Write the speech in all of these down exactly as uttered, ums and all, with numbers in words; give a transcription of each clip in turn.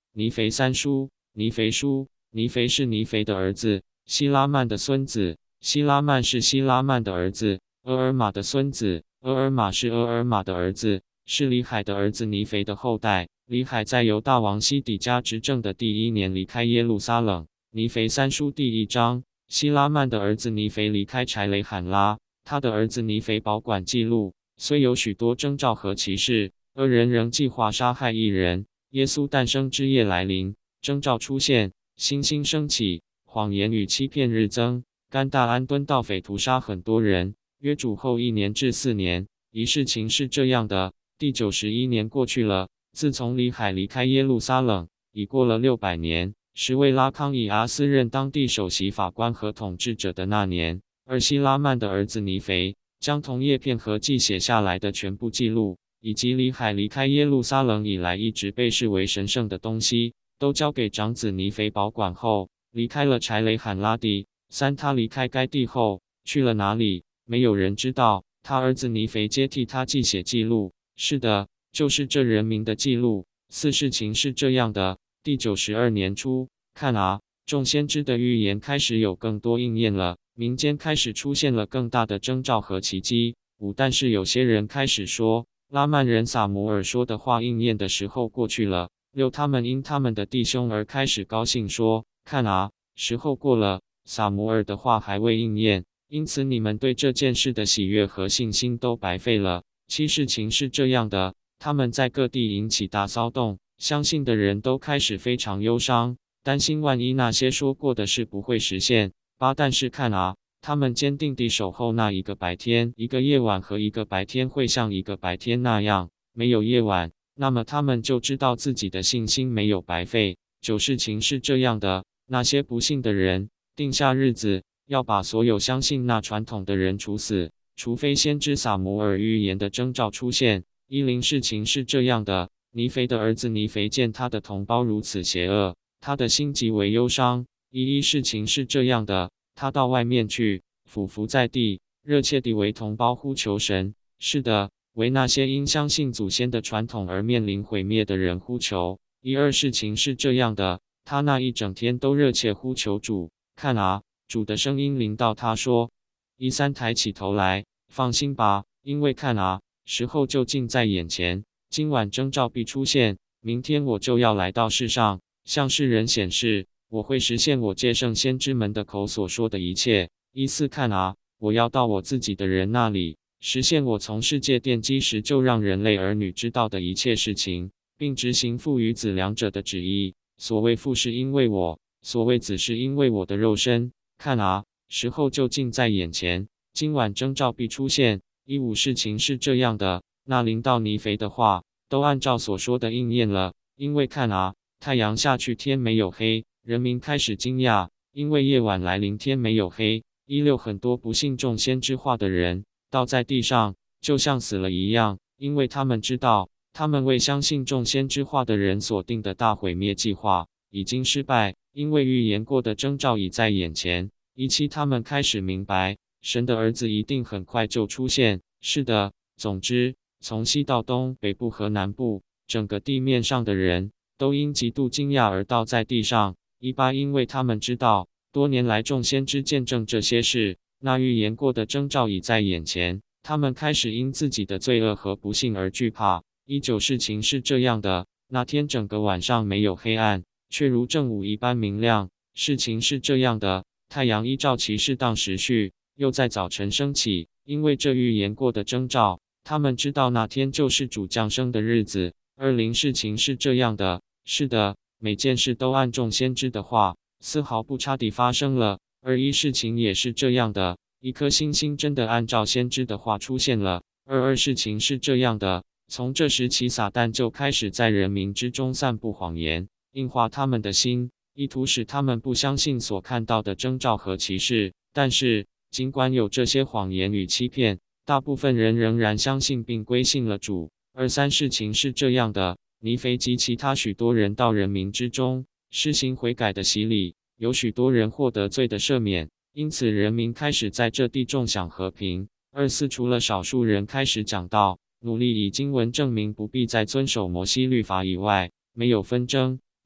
尼腓三叔，尼腓叔，尼腓是尼腓的儿子，希拉曼的孙子，希拉曼是希拉曼的儿子，俄尔玛的孙子，俄尔玛是俄尔玛的儿子，是里海的儿子尼腓的后代。里海在犹大王西底家执政的第一年离开耶路撒冷。尼腓三书第一章，希拉曼的儿子尼腓离开柴雷罕拉，他的儿子尼腓保管记录，虽有许多征兆和奇事，恶人仍计划杀害一人。耶稣诞生之夜来临，征兆出现，星星升起，谎言与欺骗日增，甘大安敦盗匪屠杀很多人，约主后一年至四年。一事情是这样的，第九十一年过去了，自从里海离开耶路撒冷，已过了六百年。十位拉康以阿斯任当地首席法官和统治者的那年，二希拉曼的儿子尼腓将同叶片合记写下来的全部记录，以及里海离开耶路撒冷以来一直被视为神圣的东西，都交给长子尼腓保管后，离开了柴雷罕拉地。三他离开该地后去了哪里？没有人知道。他儿子尼腓接替他记写记录。是的，就是这人民的记录。四事情是这样的。第九十二年初，看啊，众先知的预言开始有更多应验了，民间开始出现了更大的征兆和奇迹。五但是有些人开始说，拉曼人撒母耳说的话应验的时候过去了。六他们因他们的弟兄而开始高兴说，看啊，时候过了，撒母耳的话还未应验，因此你们对这件事的喜悦和信心都白费了。七事情是这样的，他们在各地引起大骚动，相信的人都开始非常忧伤，担心万一那些说过的事不会实现。八但是看啊，他们坚定地守候那一个白天，一个夜晚和一个白天会像一个白天那样，没有夜晚，那么他们就知道自己的信心没有白费。九事情是这样的，那些不信的人定下日子，要把所有相信那传统的人处死，除非先知撒母耳预言的征兆出现。一零事情是这样的，尼腓的儿子尼腓见他的同胞如此邪恶，他的心极为忧伤。一一事情是这样的，他到外面去，俯伏在地，热切地为同胞呼求神。是的，为那些因相信祖先的传统而面临毁灭的人呼求。一二事情是这样的，他那一整天都热切呼求主。看啊，主的声音临到他说。一三抬起头来，放心吧，因为看啊，时候就近在眼前，今晚征兆必出现，明天我就要来到世上，向世人显示，我会实现我借圣先知们的口所说的一切。一四看啊，我要到我自己的人那里，实现我从世界奠基时就让人类儿女知道的一切事情，并执行父与子两者的旨意。所谓父是因为我，所谓子是因为我的肉身。看啊，时候就近在眼前，今晚征兆必出现。一五事情是这样的，那临到尼腓的话，都按照所说的应验了。因为看啊，太阳下去天没有黑，人民开始惊讶，因为夜晚来临天没有黑。一六很多不信众先知话的人，倒在地上，就像死了一样，因为他们知道，他们为相信众先知话的人所定的大毁灭计划已经失败，因为预言过的征兆已在眼前。一七他们开始明白，神的儿子一定很快就出现。是的，总之，从西到东，北部和南部，整个地面上的人都因极度惊讶而倒在地上。一八因为他们知道，多年来众先知见证这些事，那预言过的征兆已在眼前，他们开始因自己的罪恶和不幸而惧怕。一九事情是这样的，那天整个晚上没有黑暗，却如正午一般明亮。事情是这样的，太阳依照其适当时序，又在早晨升起，因为这预言过的征兆，他们知道那天就是主降生的日子。二零事情是这样的，是的，每件事都按众先知的话，丝毫不差地发生了。二一事情也是这样的，一颗星星真的按照先知的话出现了。二二事情是这样的，从这时起撒旦就开始在人民之中散布谎言，硬化他们的心，意图使他们不相信所看到的征兆和奇事。但是，尽管有这些谎言与欺骗，大部分人仍然相信并归信了主。二三事情是这样的，尼腓及其他许多人到人民之中，施行悔改的洗礼，有许多人获得罪的赦免，因此人民开始在这地众享和平。二四除了少数人开始讲道，努力以经文证明不必再遵守摩西律法以外，没有纷争。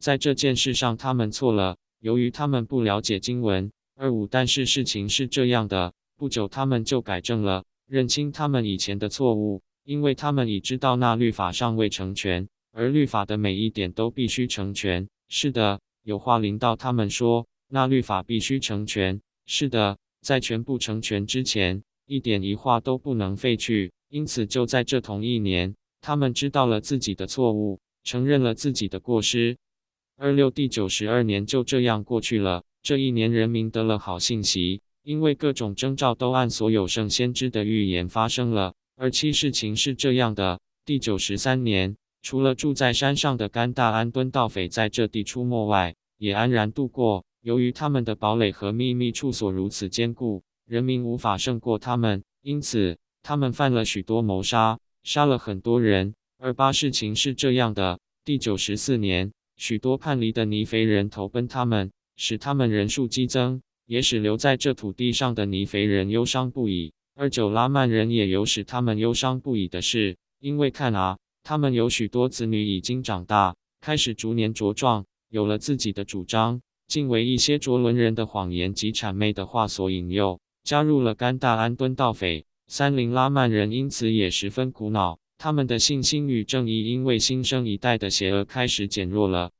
在这件事上他们错了，由于他们不了解经文。二五但是事情是这样的，不久他们就改正了，认清他们以前的错误，因为他们已知道那律法尚未成全，而律法的每一点都必须成全。是的，有话临到他们说，那律法必须成全。是的，在全部成全之前，一点一画都不能废去。因此就在这同一年，他们知道了自己的错误，承认了自己的过失。二六第九十二年就这样过去了。这一年人民得了好信息，因为各种征兆都按所有圣先知的预言发生了。二七事情是这样的，第九十三年，除了住在山上的甘大安敦盗匪在这地出没外，也安然度过。由于他们的堡垒和秘密处所如此坚固，人民无法胜过他们，因此他们犯了许多谋杀，杀了很多人。二八事情是这样的，第九十四年，许多叛离的尼腓人投奔他们，使他们人数激增，也使留在这土地上的尼腓人忧伤不已。二九拉曼人也有使他们忧伤不已的事，因为看啊，他们有许多子女已经长大，开始逐年茁壮，有了自己的主张，竟为一些卓伦人的谎言及谄媚的话所引诱，加入了甘大安敦盗匪。三零拉曼人因此也十分苦恼，他们的信心与正义因为新生一代的邪恶开始减弱了。